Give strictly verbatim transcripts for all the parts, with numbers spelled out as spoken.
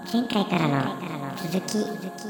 前回からの続き。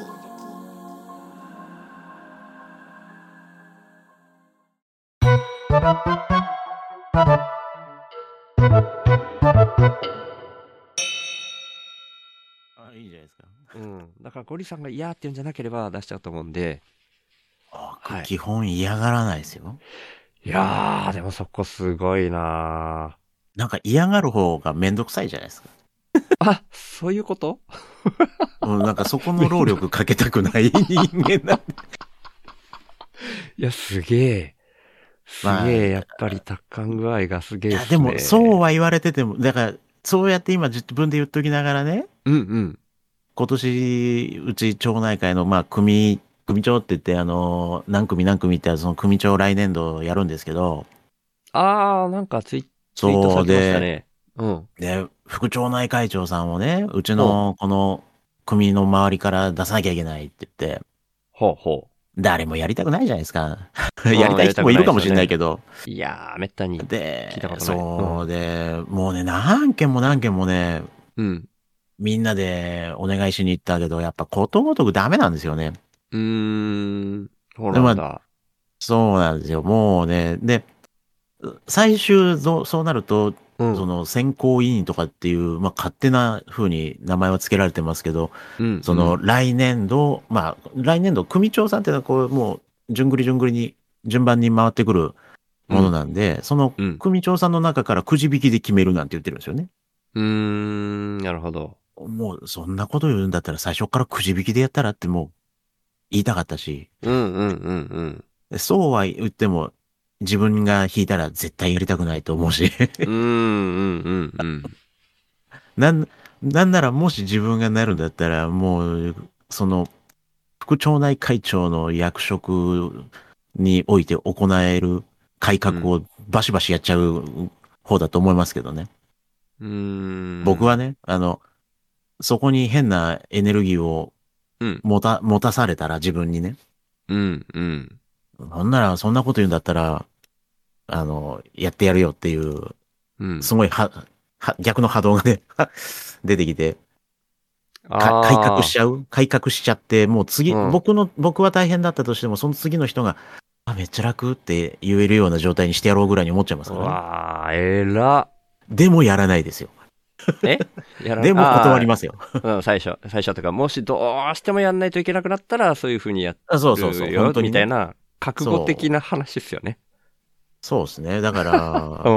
あ、いいじゃないですか。 うん。だからゴリさんが嫌って言うんじゃなければ出しちゃうと思うんで。 僕、基本嫌がらないですよ。 いやー、でもそこすごいなー。なんか嫌がる方がめんどくさいじゃないですか。 あ、そういうこと？ うん、なんかそこの労力かけたくない人間なんで。 いや、すげえ。すげえ、やっぱり達観具合がすげえっすね。 いや、でも、そうは言われてても、だから、そうやって今自分で言っときながらね。 うんうん。 今年、うち町内会の、まあ、組、組長って言って、あの、何組何組ってその組長来年度やるんですけど。 あー、なんかツイ、ツイートされてましたね。うん。 で、副町内会長さんをね、うちのこの組の周りから出さなきゃいけないって言って。 ほうほう。誰もやりたくないじゃないですか。やりたい人もいるかもしれないけど。 いやー、めったに聞いたことない。 そう、で、もうね、何件も何件もね、 うん。 みんなでお願いしに行ったけど、やっぱことごとくダメなんですよね。 うーん。そうなんだ。 まあ、そうなんですよ。もうね、で、最終そうなると、うん、その選考委員とかっていう、まあ勝手な風に名前は付けられてますけど、うん、その来年度、まあ来年度組長さんっていうのはこう、もう、順繰り順繰りに順番に回ってくるものなんで、うん、その組長さんの中からくじ引きで決めるなんて言ってるんですよね。 うーん、なるほど。 もうそんなこと言うんだったら最初からくじ引きでやったらってもう言いたかったし。 うんうんうんうん。そうは言っても自分が引いたら絶対やりたくないと思うし。 うんうんうんうん。 なん、なんならもし自分がなるんだったらもう、その、副町内会長の役職において行える改革をバシバシやっちゃう方だと思いますけどね。 うーん。 僕はね、あの、そこに変なエネルギーを持た、うん、持たされたら自分にね。 うんうん。 ほんならそんなこと言うんだったら、あの、やってやるよっていう、うん、すごいは、は、逆の波動がね、出てきて、か改革しちゃう改革しちゃって、もう次、うん、僕の、僕は大変だったとしても、その次の人が、あ、めっちゃ楽って言えるような状態にしてやろうぐらいに思っちゃいますからね。 わー、えら。 でもやらないですよ。 えやらでも断りますよ。 うん、最初、最初とか、もしどうしてもやんないといけなくなったら、そういう風にやってるよ。 そうそうそう。本当に、ね、 みたいな、覚悟的な話ですよね。 そうですね。だから、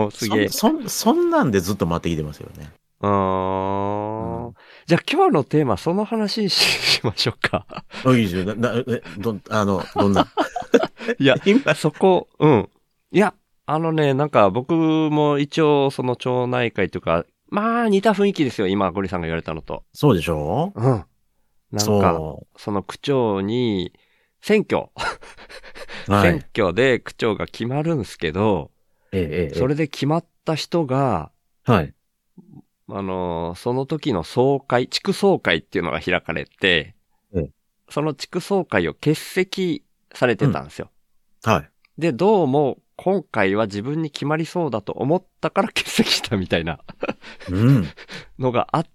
すげえ。 そ、そ、そんなんでずっと待ってきてますよね。 あー、うん。じゃあ今日のテーマ、その話にしましょうか。 あ、いいですよ。な、な、え、ど、あの、どんな。 いや、今、そこ、うん。いや、あのね、なんか僕も一応その町内会というか、まあ似た雰囲気ですよ、今、ゴリさんが言われたのと。 そうでしょううん。なんか、その区長に、選挙。はい、選挙で区長が決まるんすけど、ええ、それで決まった人が、はい。あの、その時の総会、地区総会っていうのが開かれて、ええ、その地区総会を欠席されてたんですよ。 うん、はい。 で、どうも、今回は自分に決まりそうだと思ったから欠席したみたいなうん、のがあって、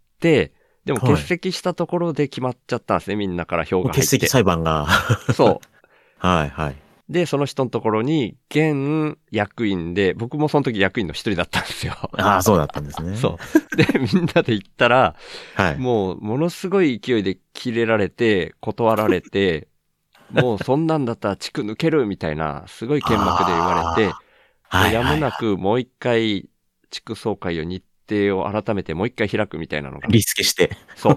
でも欠席したところで決まっちゃったんですね、みんなから票が入って。 欠席裁判が。 そう。 はいはい。 で、その人のところに、現役員で、僕もその時役員の一人だったんですよ。 ああ、そうだったんですね。 そう。で、みんなで行ったら、はい、もう、ものすごい勢いで切れられて、断られて、もうそんなんだったら地区抜けるみたいな、すごい剣幕で言われて、はいはいはい、やむなくもう一回地区総会を日程を改めてもう一回開くみたいなのが。 リスケして。 そう。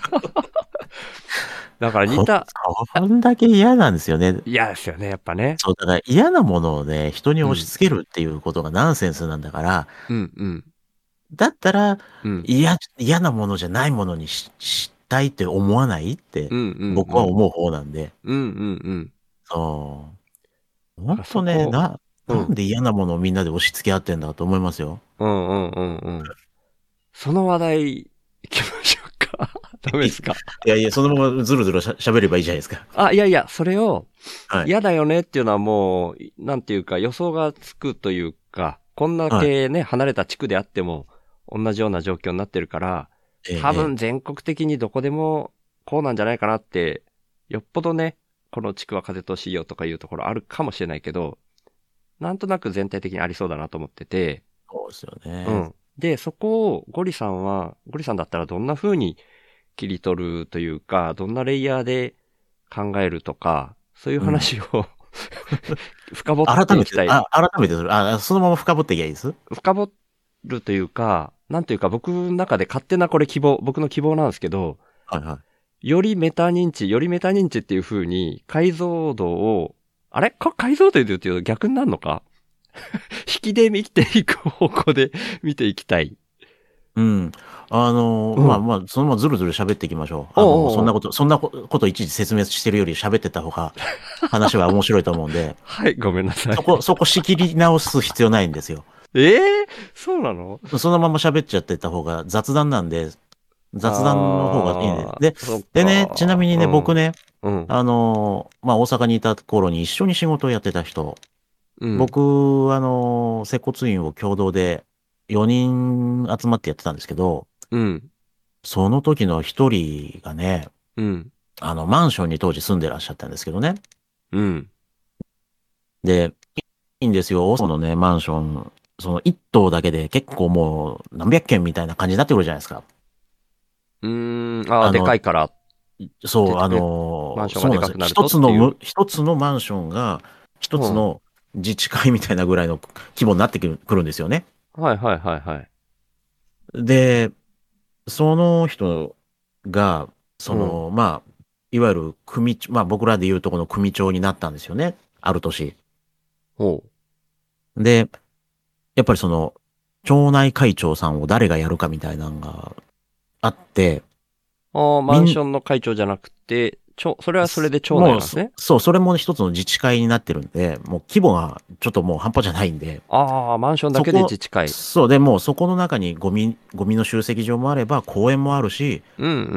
だから似た。 こんだけ嫌なんですよね。 嫌ですよね、やっぱね。 そう、だから嫌なものをね、人に押し付けるっていうことがナンセンスなんだから、 うんうん。 だったら、うん、嫌、嫌なものじゃないものにし、したいって思わないって、僕は思う方なんで。 うんうんうん。 そう。ほんとね、な、なんで嫌なものをみんなで押し付け合ってんだと思いますよ。 うんうんうんうん。その話題行きましょうか。ダメですか。 いやいや、そのままずるずるしゃ喋ればいいじゃないですか。 あ、いやいや、それを、嫌だよねっていうのはもう、なんていうか予想がつくというか、こんだけね、はい、離れた地区であっても、同じような状況になってるから、 多分全国的にどこでもこうなんじゃないかなって、よっぽどね、この地区は風通しいいよとかいうところあるかもしれないけど、なんとなく全体的にありそうだなと思ってて。 そうですよね。 うん。で、そこをゴリさんは、ゴリさんだったらどんな風に切り取るというか、どんなレイヤーで考えるとか、そういう話を、うん、深掘っていきたい。 あ、改めてそれ、あ、そのまま深掘っていきゃいいです？ 深掘るというか、なんというか僕の中で勝手なこれ希望、僕の希望なんですけど、 はいはい。 よりメタ認知、よりメタ認知っていう風に解像度を、あれか解像度で言うと逆になるのか引きで見ていく方向で見ていきたい。 うん。あのーうん、まあまあ、そのままずるずる喋っていきましょう。あのー、おうおうそんなこと、そんなこといちいち説明してるより喋ってた方が話は面白いと思うんで。 はい、ごめんなさい。 そこ、そこ仕切り直す必要ないんですよ。 ええー、そうなの？ そのまま喋っちゃってた方が雑談なんで、雑談の方がいいね。で、でね、ちなみにね、うん、僕ね、うん、あのー、まあ大阪にいた頃に一緒に仕事をやってた人、うん、僕、あのー、接骨院を共同でよにん集まってやってたんですけど、うん。その時の一人がね、うん。あの、マンションに当時住んでらっしゃったんですけどね。うん。で、いいんですよ。大阪のね、マンション、その一棟だけで結構もう何百件みたいな感じになってくるじゃないですか。 うーん、ああ、でかいから。 そう、あのー、マンションがでかくなると一つの、一つのマンションが、一つの自治会みたいなぐらいの規模になってくるくるんですよね。 はいはいはいはい。 で、その人が、その、うん、まあ、いわゆる組、まあ僕らで言うとこの組長になったんですよね。ある年。ほう。で、やっぱりその、町内会長さんを誰がやるかみたいなのがあって、 ああ、マンションの会長じゃなくて、ちょ、それはそれで町内なんですね。 そう、それも一つの自治会になってるんで、もう規模がちょっともう半端じゃないんで。 ああ、マンションだけで自治会。 そう、でもそこの中にゴミ、ゴミの集積場もあれば公園もあるし、 うんうんうん。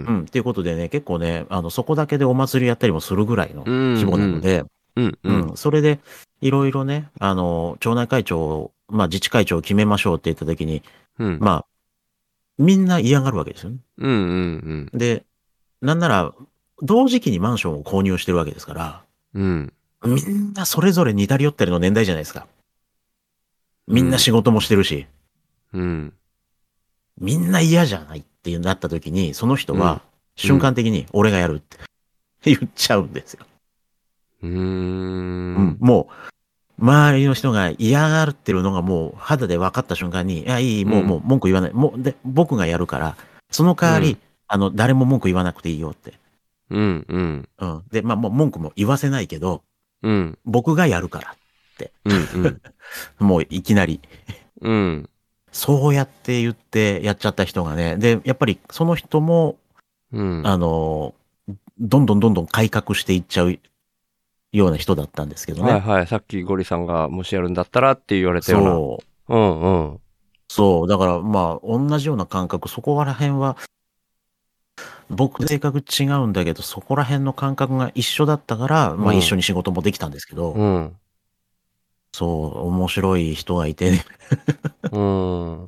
うん、っていうことでね、結構ね、あの、そこだけでお祭りやったりもするぐらいの規模なので、うん、うん、うん。それで、いろいろね、あの、町内会長、まあ自治会長を決めましょうって言った時に、うん、まあ、みんな嫌がるわけですよね。うんうんうん。で、なんなら、同時期にマンションを購入してるわけですから、うん。みんなそれぞれ似たり寄ったりの年代じゃないですか。みんな仕事もしてるし。うん。みんな嫌じゃないってなった時に、その人は瞬間的に俺がやるって言っちゃうんですよ。うーん。うん。もう、周りの人が嫌がってるのがもう肌で分かった瞬間に、いや、いい、もう、もう文句言わない。もう、で、僕がやるから、その代わり、うん、あの、誰も文句言わなくていいよって。うん、うん。うん。で、まあ、もう文句も言わせないけど、うん。僕がやるからって。うん、うん。もういきなり。うん。そうやって言ってやっちゃった人がね、で、やっぱりその人も、うん。あの、どんどんどんどん改革していっちゃうような人だったんですけどね。 はいはい。さっきゴリさんがもしやるんだったらって言われたような。そう。うんうん。 そう。だからまあ、同じような感覚、そこら辺は、僕性格違うんだけど、そこら辺の感覚が一緒だったから、うん、まあ一緒に仕事もできたんですけど、うん、そう、面白い人がいてね。うん、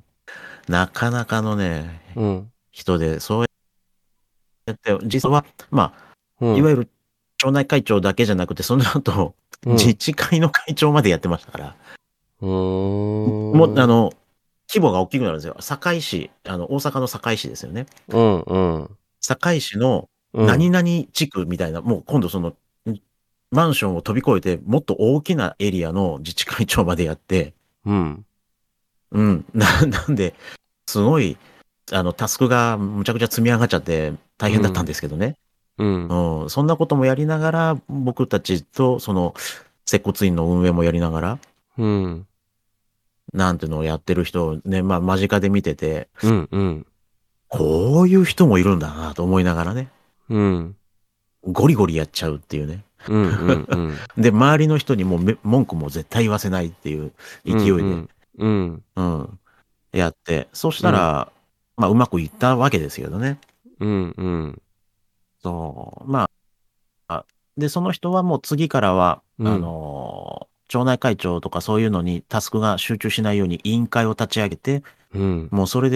なかなかのね、うん、人で、そうやって、実は、まあ、うん、いわゆる町内会長だけじゃなくて、その後、うん、自治会の会長までやってましたから。うん、もう、あの、規模が大きくなるんですよ。堺市、あの、大阪の堺市ですよね。うんうん。堺市の何々地区みたいな、うん、もう今度その、マンションを飛び越えて、もっと大きなエリアの自治会長までやって、うん。うん。な、なんで、すごい、あの、タスクがむちゃくちゃ積み上がっちゃって大変だったんですけどね。うん。うん。そんなこともやりながら、僕たちと、その、接骨院の運営もやりながら、うん。なんていうのをやってる人をね、まあ間近で見てて、うんうん。こういう人もいるんだなと思いながらね。うん。ゴリゴリやっちゃうっていうね。うんうんうん、で、周りの人にも文句も絶対言わせないっていう勢いで、うん、うん、うん、やって、そしたら、うん、まあうまくいったわけですけどね。うんうん。そう、まあ、で、その人はもう次からは、うん、あの、町内会長とかそういうのにタスクが集中しないように委員会を立ち上げて、うん、もうそれで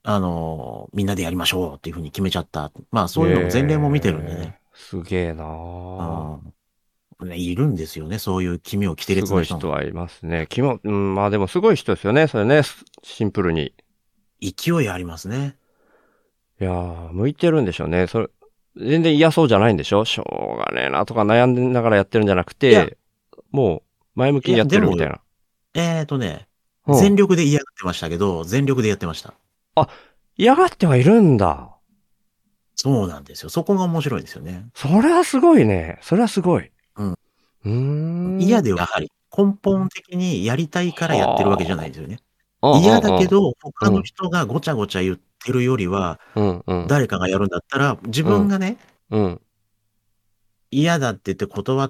あの、みんなでやりましょうっていうふうに決めちゃった。まあそういうのも前例も見てるんでね。 すげえなぁ。 ね、いるんですよね。そういう奇妙奇天烈な人すごい人はいますね。奇妙、うん、まあでもすごい人ですよね。それね、シンプルに。 勢いありますね。 いやー、向いてるんでしょうね。それ、全然嫌そうじゃないんでしょ？しょうがねえなとか悩んでながらやってるんじゃなくて、もう前向きにやってるみたいな。 えーとね、うん、全力で嫌がってましたけど、全力でやってました。 あ、嫌がってはいるんだ。 そうなんですよ。そこが面白いですよね。 それはすごいね。それはすごい。 うん。うーん。 嫌ではやはり根本的にやりたいからやってるわけじゃないですよね。嫌だけど、他の人がごちゃごちゃ言ってるよりは、うんうん、誰かがやるんだったら、自分がね、うんうん、嫌だって言って断って、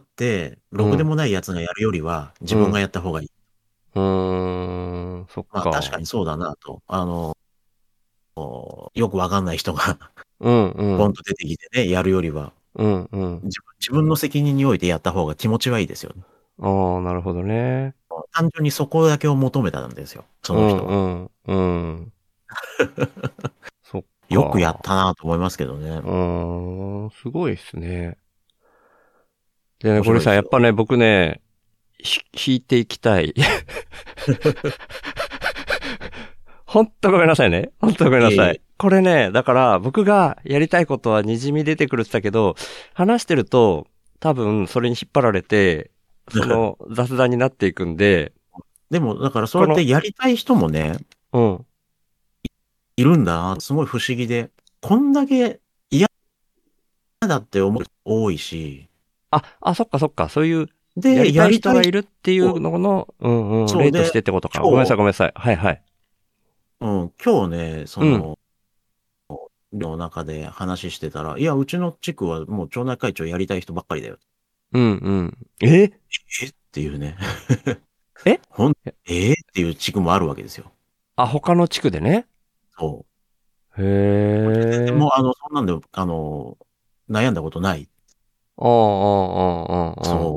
ろくでもない奴がやるよりは、自分がやった方がいい。 うーん、そっか。 まあ確かにそうだなと。あの、よくわかんない人がうんうん、 ポンと出てきてね、やるよりは、 うんうん、 自分、自分の責任においてやった方が気持ちはいいですよね。 ああ、なるほどね。 単純にそこだけを求めたんですよ、その人は。 うんうん、うん。そっか。 よくやったなと思いますけどね。 うん、すごいっすね。でね、ゴリさん、やっぱね、僕ね、引いていきたい。ほんとごめんなさいね。ほんとごめんなさい。いえいえこれね、だから僕がやりたいことは滲み出てくるって言ったけど、話してると多分それに引っ張られて、その雑談になっていくんで。 でも、だからそうやってやりたい人もね、うん。いるんだな。すごい不思議で。こんだけ嫌だって思う人多いし。 あ、あ、そっかそっか。そういう、で、やりたい人がいるっていうのの、うんうん、例としてってことか。ごめんなさいごめんなさい。はいはい。 うん、今日ね、その、うん、の中で話してたら、いや、うちの地区はもう町内会長やりたい人ばっかりだよ。 うんうん。ええっていうね。 えほん、えー、っていう地区もあるわけですよ。 あ、他の地区でね。 そう。 へえ。 もう、あの、そんなんで、あの、悩んだことない。 ああ、ああ、ああ、 そう。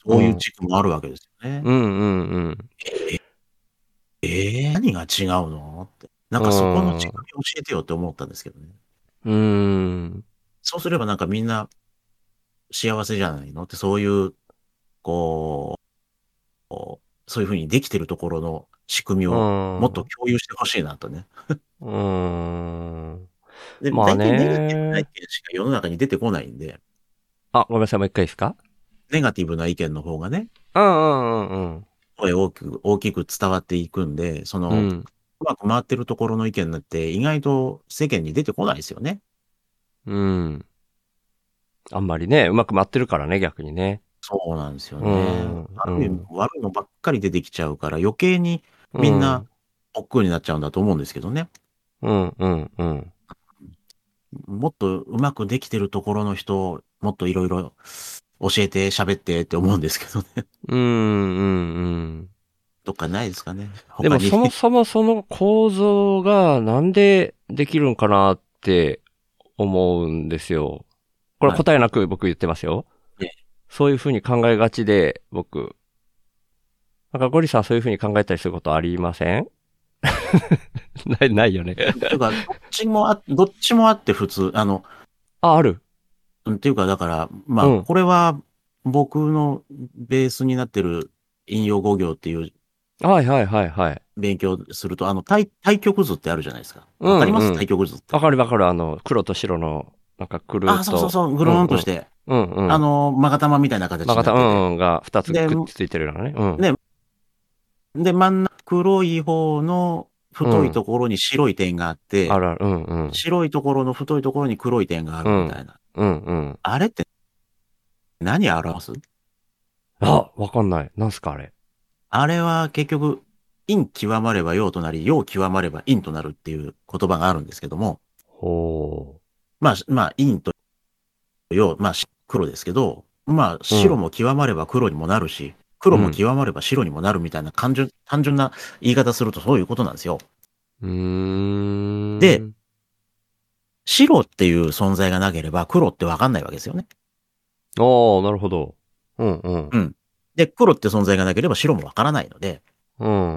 そういう地区もあるわけですよね。 うんうんうん。 えー、えー、何が違うのって。なんかそこの仕組み教えてよって思ったんですけどね。 うーん。 そうすればなんかみんな幸せじゃないのって、そういう、こう、そういうふうにできてるところの仕組みをもっと共有してほしいなとね。 うーん。 で、まあ大体ネガティブな意見しか世の中に出てこないんで。 あ、ごめんなさい、もう一回いいですか？ ネガティブな意見の方がね。 うんうんうんうん。 声大きく、大きく伝わっていくんで、その、うん、うまく回ってるところの意見って意外と世間に出てこないですよね。 うん。あんまりね、うまく回ってるからね、逆にね。 そうなんですよね。うん悪い、悪いのばっかり出てきちゃうから余計にみんな億劫になっちゃうんだと思うんですけどね。 うんうんうん。 もっとうまくできてるところの人、もっといろいろ教えて喋ってって思うんですけどね。 うんうんうん。 どっかないですかね。 でもそもそもその構造がなんでできるんかなって思うんですよ。これ答えなく僕言ってますよ。はい、そういうふうに考えがちで、僕。なんかゴリさんそういうふうに考えたりすることありません？ない、ないよね。 ていうか、どっちもあ、どっちもあって普通、あの、 あ、ある。 っていうか、だから、まあ、うん、これは僕のベースになってる引用語行っていう、 はいはいはいはい。 勉強すると、あの、対、対極図ってあるじゃないですか。わかります、うんうん、対極図って。 わかるわかる。あの、黒と白の、なんかくるっと。 あ、そうそうそう、ぐるーんとして。うんうん。うんうん、あの、まがたまみたいな形になってて。 まがたま、うん、が二つくっついてるようなね。うん。 で、で、真ん中黒い方の太いところに白い点があって、うん、あるある、うんうん。白いところの太いところに黒い点があるみたいな。うん、うん、うん。あれって、何表す？ あ、わかんない。なんすかあれ。 あれは結局、陰極まれば陽となり、陽極まれば陰となるっていう言葉があるんですけども。ほう。まあ、まあ、陰と陽、まあ、黒ですけど、まあ、白も極まれば黒にもなるし、うん、黒も極まれば白にもなるみたいな単純、単純な言い方するとそういうことなんですよ。うーん。で、白っていう存在がなければ黒ってわかんないわけですよね。 ああ、なるほど。うんうん。 うん。で、黒って存在がなければ白もわからないので。うん。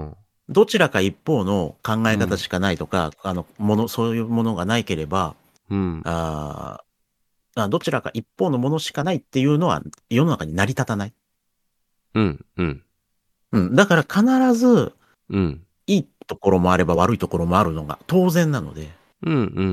どちらか一方の考え方しかないとか、うん、あの、もの、そういうものがないければ、うん、ああ、どちらか一方のものしかないっていうのは世の中に成り立たない。 うん、うん。 うん。だから必ず、うん。いいところもあれば悪いところもあるのが当然なので。 うん、うん、うん。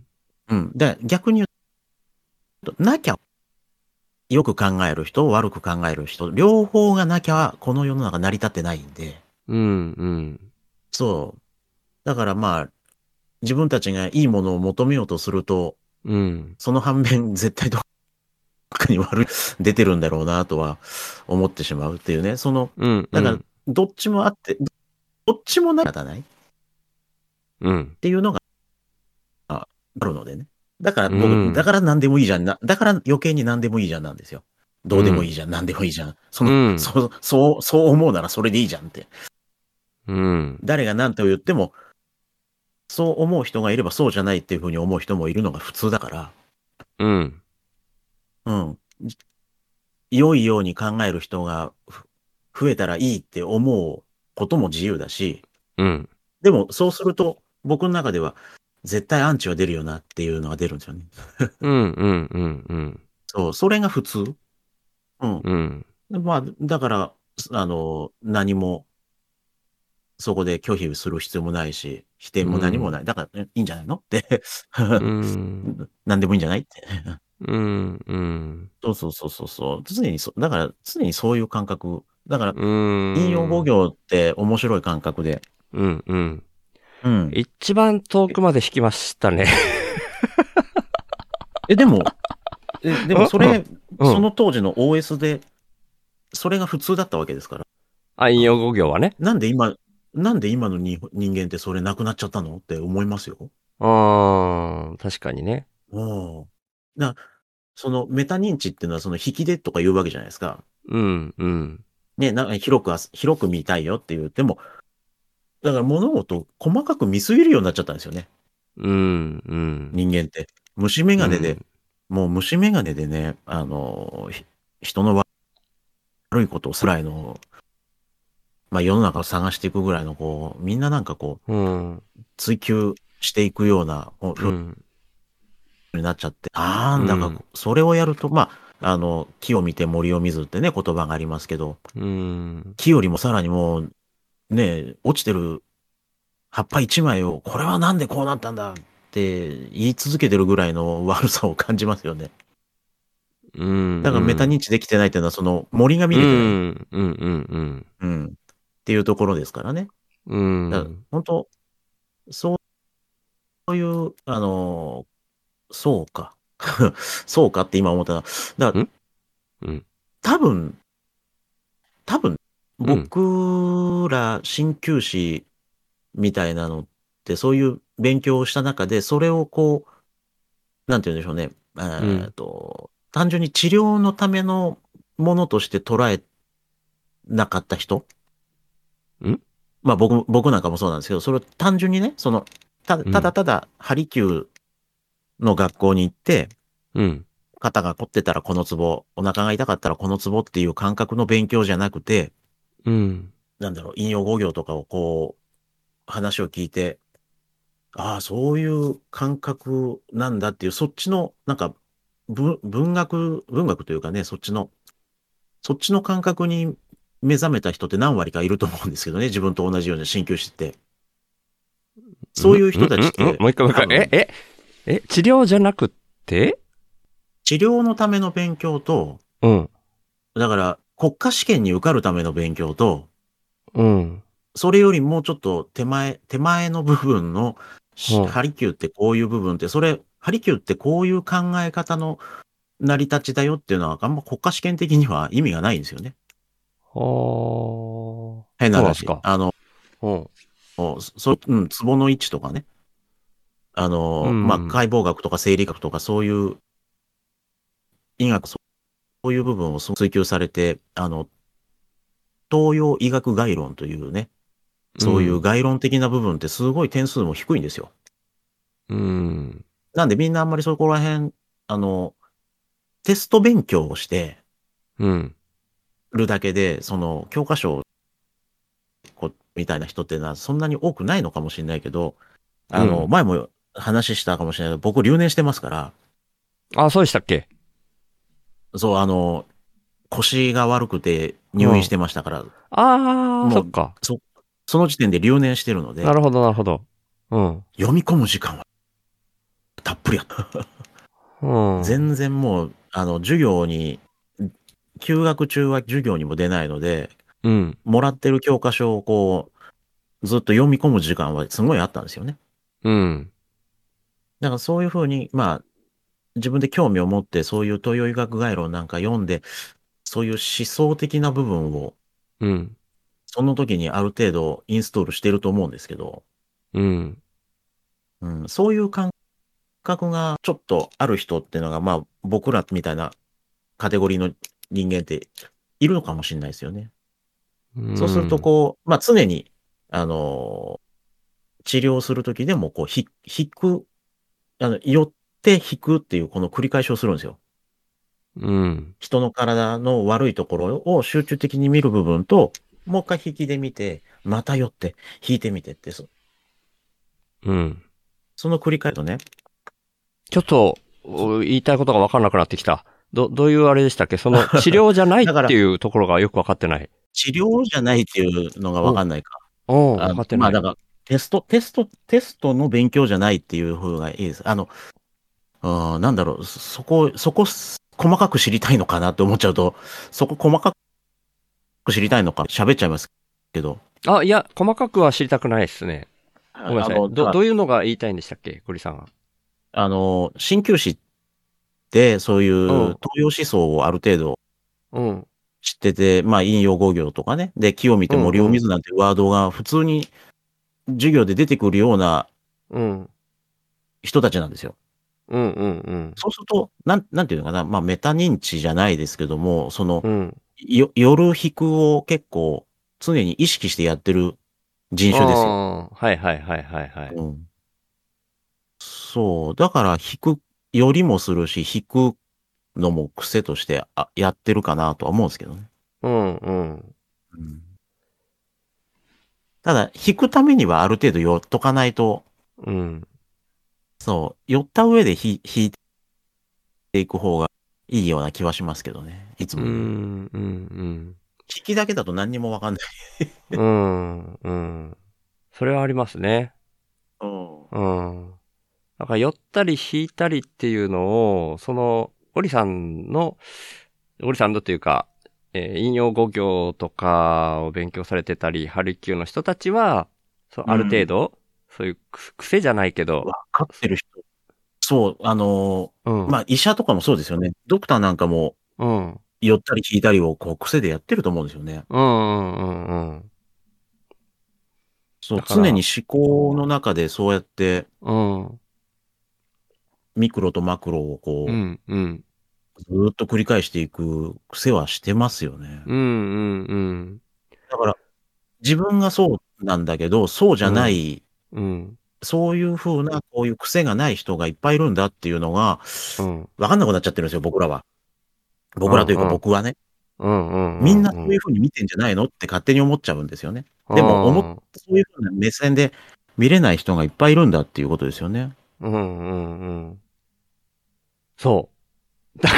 うん。で、逆に言うと、なきゃ、よく考える人、悪く考える人、両方がなきゃ、この世の中成り立ってないんで。 うん、うん。 そう。だからまあ、自分たちがいいものを求めようとすると、うん。その反面、絶対どっかに悪い、出てるんだろうなとは思ってしまうっていうね。その、うん、だから、どっちもあって、どっちも成り立たない。うん。っていうのが、あるのでね。だから僕、うん、だから何でもいいじゃんな。だから余計に何でもいいじゃんなんですよ。どうでもいいじゃん、うん、何でもいいじゃん。その、うん、そう、そう、そう思うならそれでいいじゃんって。うん。誰が何と言っても、そう思う人がいればそうじゃないっていうふうに思う人もいるのが普通だから。うん。うん。良いように考える人が増えたらいいって思うことも自由だし。うん。でも、そうすると、僕の中では、絶対アンチは出るよなっていうのが出るんですよね。 うん、うん、うん、うん。 そう、それが普通。うん。うん。まあ、だから、あの、何も、そこで拒否する必要もないし、否定も何もない。うん、だから、いいんじゃないのって。うん、何でもいいんじゃないって。うん、うん。そうそうそうそうそう。常にそ、だから、常にそういう感覚。だから、引用語行って面白い感覚で。 うん、うん。うん。一番遠くまで引きましたね。 え、でも、え、でもそれ、うん、その当時の オーエス で、それが普通だったわけですから。 あ、引用語行はね。 なんで今、なんで今のに人間ってそれなくなっちゃったのって思いますよ。 ああ、確かにね。 うん。な、そのメタ認知っていうのはその引きでとか言うわけじゃないですか。 うん、うん。 ね、な広く、広く見たいよって言っても、だから物事を細かく見すぎるようになっちゃったんですよね。 うん、うん。 人間って。虫眼鏡で、うん、もう虫眼鏡でね、あの、人の悪いことをすらいの、まあ世の中を探していくぐらいの、こう、みんななんかこう、うん、追求していくような、うん、になっちゃって。なんだか、それをやると、まあ、あの、木を見て森を見ずってね、言葉がありますけど、うん、木よりもさらにもう、ね、落ちてる葉っぱ一枚を、これはなんでこうなったんだって言い続けてるぐらいの悪さを感じますよね。うん。だからメタ認知できてないっていうのは、その森が見れてない。うん、うん、うん、うん。っていうところですからね。うん。だから本当、そういう、あの、そうか。そうかって今思ったな。だから、うん、多分、多分、僕ら鍼灸師みたいなのって、そういう勉強をした中で、それをこう、なんて言うんでしょうね。えっと、うん、単純に治療のためのものとして捉えなかった人んまあ僕、僕なんかもそうなんですけど、それを単純にね、その、たただただ、ハリキューの学校に行って、うん。肩が凝ってたらこのツボ、お腹が痛かったらこのツボっていう感覚の勉強じゃなくて、うん。なんだろう、引用語行とかをこう、話を聞いて、ああ、そういう感覚なんだっていう、そっちの、なんか、文、文学、文学というかね、そっちの、そっちの感覚に目覚めた人って何割かいると思うんですけどね、自分と同じように鍼灸師って。そういう人たちって、 もう一回もう一回、え、え、え、治療じゃなくて治療のための勉強と、うん。だから、国家試験に受かるための勉強と、うん。それよりもうちょっと手前、手前の部分の、うん、ハリキューってこういう部分って、それ、ハリキューってこういう考え方の成り立ちだよっていうのは、あんま国家試験的には意味がないんですよね。はあ。変な話。あの、うん。そ、うん、ツボの位置とかね。あの、うん、まあ、解剖学とか生理学とかそういう医学、そういう部分を追求されて、あの、東洋医学概論というね、そういう概論的な部分ってすごい点数も低いんですよ。うん。なんでみんなあんまりそこら辺、あの、テスト勉強をして、うん。るだけで、その、教科書を、こう、 みたいな人っていうのはそんなに多くないのかもしれないけど、あの、うん、前も話したかもしれないけど、僕留年してますから。 あ、そうでしたっけ？ そう、あの、腰が悪くて入院してましたから。うん、 ああ、そっか。 そ、その時点で留年してるので。 なるほど、なるほど。うん。 読み込む時間はたっぷりあった。うん、全然もう、あの、授業に、休学中は授業にも出ないので、 うん。 もらってる教科書をこう、ずっと読み込む時間はすごいあったんですよね。 うん。 だからそういうふうに、まあ、自分で興味を持ってそういう東洋医学概論なんか読んで、そういう思想的な部分を、 うん。 その時にある程度インストールしてると思うんですけど、 うん。 うん、そういう感覚がちょっとある人っていうのが、まあ僕らみたいなカテゴリーの人間っているのかもしれないですよね。うん、そうするとこう、まあ常に、あのー、治療するときでもこう、ひ、引く、あの、寄って引くっていうこの繰り返しをするんですよ。 うん。 人の体の悪いところを集中的に見る部分と、もう一回引きで見て、また寄って、引いてみてって、そ、 うん。 その繰り返しとね。 ちょっと、言いたいことが分からなくなってきた。ど、どういうあれでしたっけ？その治療じゃないっていうところがよく分かってない。 治療じゃないっていうのが分かんないか。 うん、分かってない。 まあだから、テスト、テスト、テストの勉強じゃないっていう方がいいです。あの、うん、なんだろう、そこ、そこ、細かく知りたいのかなって思っちゃうと、そこ細かく知りたいのか喋っちゃいますけど。 あ、いや、細かくは知りたくないですね。ごめんなさい。ど、どういうのが言いたいんでしたっけ、ゴリさんは。 あの、鍼灸師って、そういう東洋思想をある程度、知ってて、うん、まあ、陰陽五行とかね。で、木を見て森を見ずなんてワードが普通に授業で出てくるような人たちなんですよ。 うんうんうん。 そうすると、なん、なんていうのかな。まあ、メタ認知じゃないですけども、その、うん、よ、夜引くを結構常に意識してやってる人種ですよ。 はいはいはいはいはい。 うん、そう。だから引くよりもするし、引くのも癖としてあやってるかなとは思うんですけどね。 うんうん。うん、 ただ、引くためにはある程度寄っとかないと、 うん。 そう、寄った上で引いていく方がいいような気はしますけどね。いつもね。 うん、うん、うん。 引きだけだと何にもわかんない。 うん、うん。それはありますね。うん。うん。だから寄ったり引いたりっていうのを、その、ゴリさんの、ゴリさんのというか、えー、引用語行とかを勉強されてたり、ハルキューの人たちは、そうある程度、うん、そういう癖じゃないけど。 わかってる人。そう、あのー、うん、まあ医者とかもそうですよね。ドクターなんかも、うん。寄ったり引いたりをこう癖でやってると思うんですよね。 うんうんうんうん。 そう、常に思考の中でそうやって、 うん。 ミクロとマクロをこう、 うんうん、 ずっと繰り返していく癖はしてますよね。 うんうんうん。 だから、自分がそうなんだけど、そうじゃない、 うん。うん、 そういう風な、こういう癖がない人がいっぱいいるんだっていうのが、うん、わかんなくなっちゃってるんですよ、僕らは。僕らというか僕はね。 うんうんうん、 みんなそういう風に見てんじゃないのって勝手に思っちゃうんですよね。でも、思っ、そういう風な目線で見れない人がいっぱいいるんだっていうことですよね。 うんうんうん。そう。だから、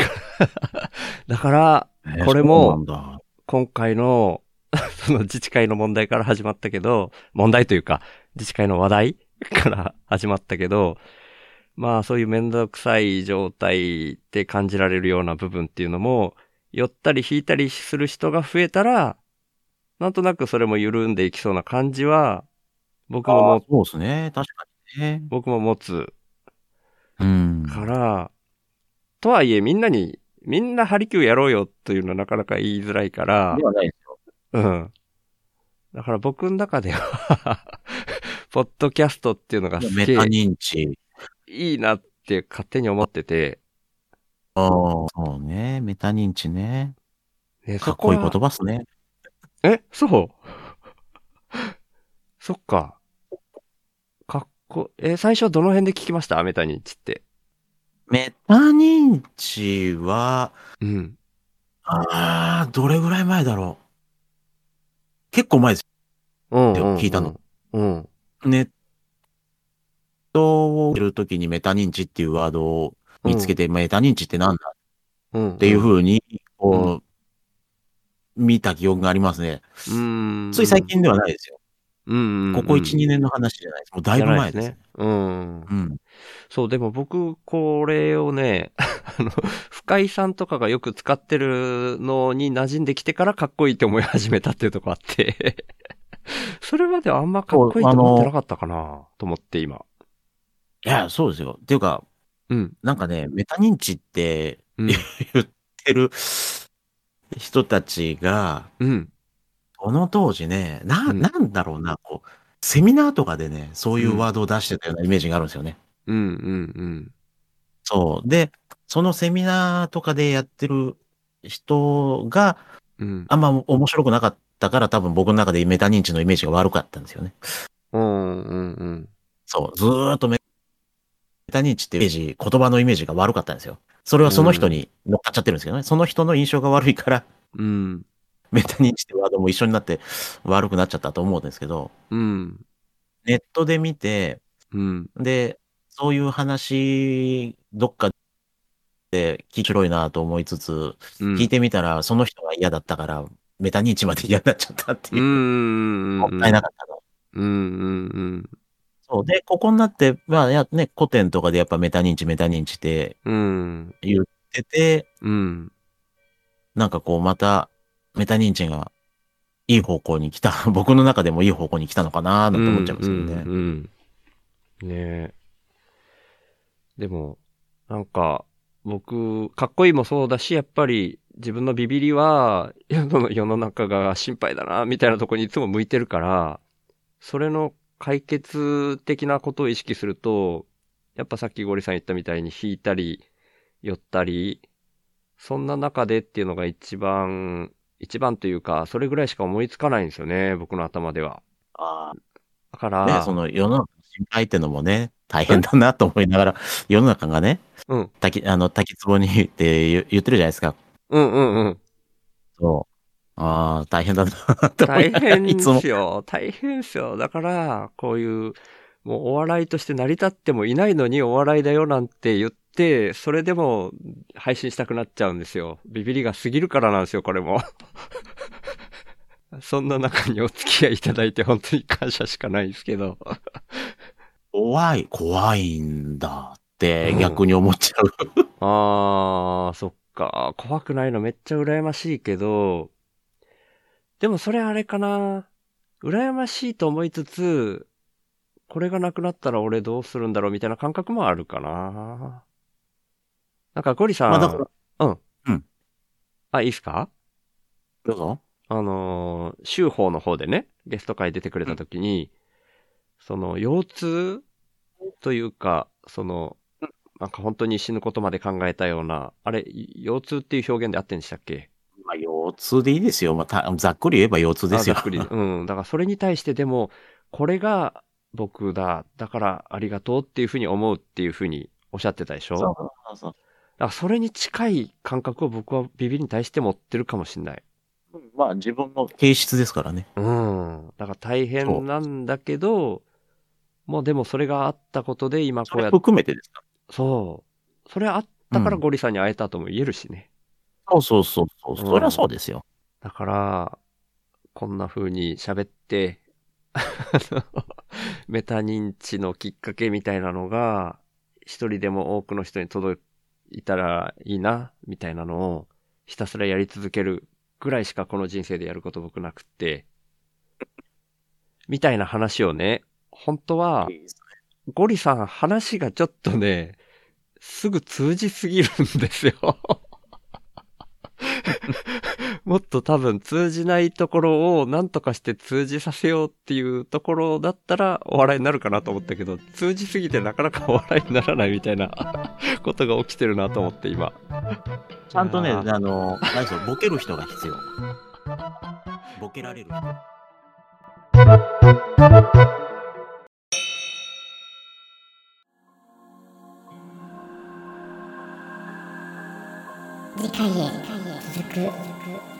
だから、これも、今回の、その自治会の問題から始まったけど、問題というか、自治会の話題から始まったけど、まあそういうめんどくさい状態って感じられるような部分っていうのも、寄ったり引いたりする人が増えたら、なんとなくそれも緩んでいきそうな感じは、僕もも、 そうですね。確かにね。 僕も持つ。 うん。 から、とはいえみんなに、みんなハリキューやろうよというのはなかなか言いづらいから。 ではないですよ。 うん。だから僕の中ではポッドキャストっていうのがすげえ。 メタ認知。 いいなって勝手に思ってて。 ああ、そうね。メタ認知ね。ね、かっこいい言葉っすね。 え、そうそっか。かっこ、え、最初どの辺で聞きました？メタ認知って。 メタ認知は、 うん。 ああ、どれぐらい前だろう。結構前です。 聞いたの。 うん。 ネットを見るときにメタ認知っていうワードを見つけて、うん、メタ認知ってなんだっていうふうに、こう、うん、見た記憶がありますね。 うんつい最近ではないですよ。 うんうんうん、 ここいち、にねんの話じゃないです。もうだいぶ前ですね。 うん。 うん。 そう、でも僕、これをね、あの、深井さんとかがよく使ってるのに馴染んできてからかっこいいって思い始めたっていうとこあってそれまではあんまかっこいいと思ってなかったかなと思って今。 いや、そうですよ。っていうか、うん。なんかね、メタ認知って、うん、言ってる人たちが、 うん。 この当時ね、な、うん、なんだろうな、こう、セミナーとかでね、そういうワードを出してたようなイメージがあるんですよね。 うんうんうん。 そう。で、そのセミナーとかでやってる人が、うん、あんま面白くなかったから、多分僕の中でメタ認知のイメージが悪かったんですよね。 うんうんうん。 そう。ずーっとメタ認知ってイメージ、言葉のイメージが悪かったんですよ。それはその人に乗っかっちゃってるんですけどね。うん、その人の印象が悪いから、 うん、 メタ認知ってワードも一緒になって悪くなっちゃったと思うんですけど、 うん、 ネットで見て、 うん、 で、そういう話、どっかで聞き白いなと思いつつ、うん、聞いてみたら、その人が嫌だったから、メタ認知まで嫌になっちゃったっていう。うん、もったいなかったの。 うんうんうん。 そう。で、ここになって、まあ、や、ね、古典とかでやっぱメタ認知、メタ認知って言ってて、 うん、 なんかこう、また、メタ認知がいい方向に来た、僕の中でもいい方向に来たのかなーなんて思っちゃいますけどね。うんうん、 ねえ。でも、なんか、僕、かっこいいもそうだし、やっぱり自分のビビりは、世の中が心配だな、みたいなところにいつも向いてるから、それの解決的なことを意識すると、やっぱさっきゴリさん言ったみたいに引いたり、寄ったり、そんな中でっていうのが一番、一番というか、それぐらいしか思いつかないんですよね、僕の頭では。 ああ。 だから、 ね、その世の中の心配ってのもね、大変だなと思いながら、世の中がね、うん。滝、あの、滝壺にって言ってるじゃないですか。 うんうんうん。 そう。ああ、大変だな大変ですよ。大変ですよ。だから、こういう、もうお笑いとして成り立ってもいないのにお笑いだよなんて言って、それでも配信したくなっちゃうんですよ。ビビりが過ぎるからなんですよ、これも。そんな中にお付き合いいただいて本当に感謝しかないですけど。 怖い、怖いんだって逆に思っちゃう。 うん、あー、そっか。怖くないのめっちゃ羨ましいけど、でもそれあれかな。羨ましいと思いつつ、これがなくなったら俺どうするんだろうみたいな感覚もあるかな。なんかゴリさん、まあだから、うん。うん。あ、いいっすか？ どうぞ。 あのー、週報の方でね、ゲスト会出てくれた時に、うん、その、腰痛というか、その、なんか本当に死ぬことまで考えたような、あれ、腰痛っていう表現であってんでしたっけ？ まあ、腰痛でいいですよ。まあ、ざっくり言えば腰痛ですよ。 ざっくり。うん。だからそれに対してでも、これが僕だ。だからありがとうっていうふうに思うっていうふうにおっしゃってたでしょ？そうそうそう。だからそれに近い感覚を僕はビビりに対して持ってるかもしれない。 まあ自分の形質ですからね。 うん。だから大変なんだけど、もうでもそれがあったことで今こうやって。 それ含めてですか？ そう。それあったからゴリさんに会えたとも言えるしね。 うん、そうそうそうそう。そりゃそうですよ。 だから、こんな風に喋って、メタ認知のきっかけみたいなのが、一人でも多くの人に届いたらいいな、みたいなのをひたすらやり続けるぐらいしかこの人生でやること僕なくって、みたいな話をね、本当は、ゴリさん話がちょっとね、すぐ通じすぎるんですよ。もっと多分通じないところを何とかして通じさせようっていうところだったらお笑いになるかなと思ったけど、通じすぎてなかなかお笑いにならないみたいなことが起きてるなと思って今。 ちゃんとね、あの、何でしょう、ボケる人が必要。ボケられる人。 次回へ続く。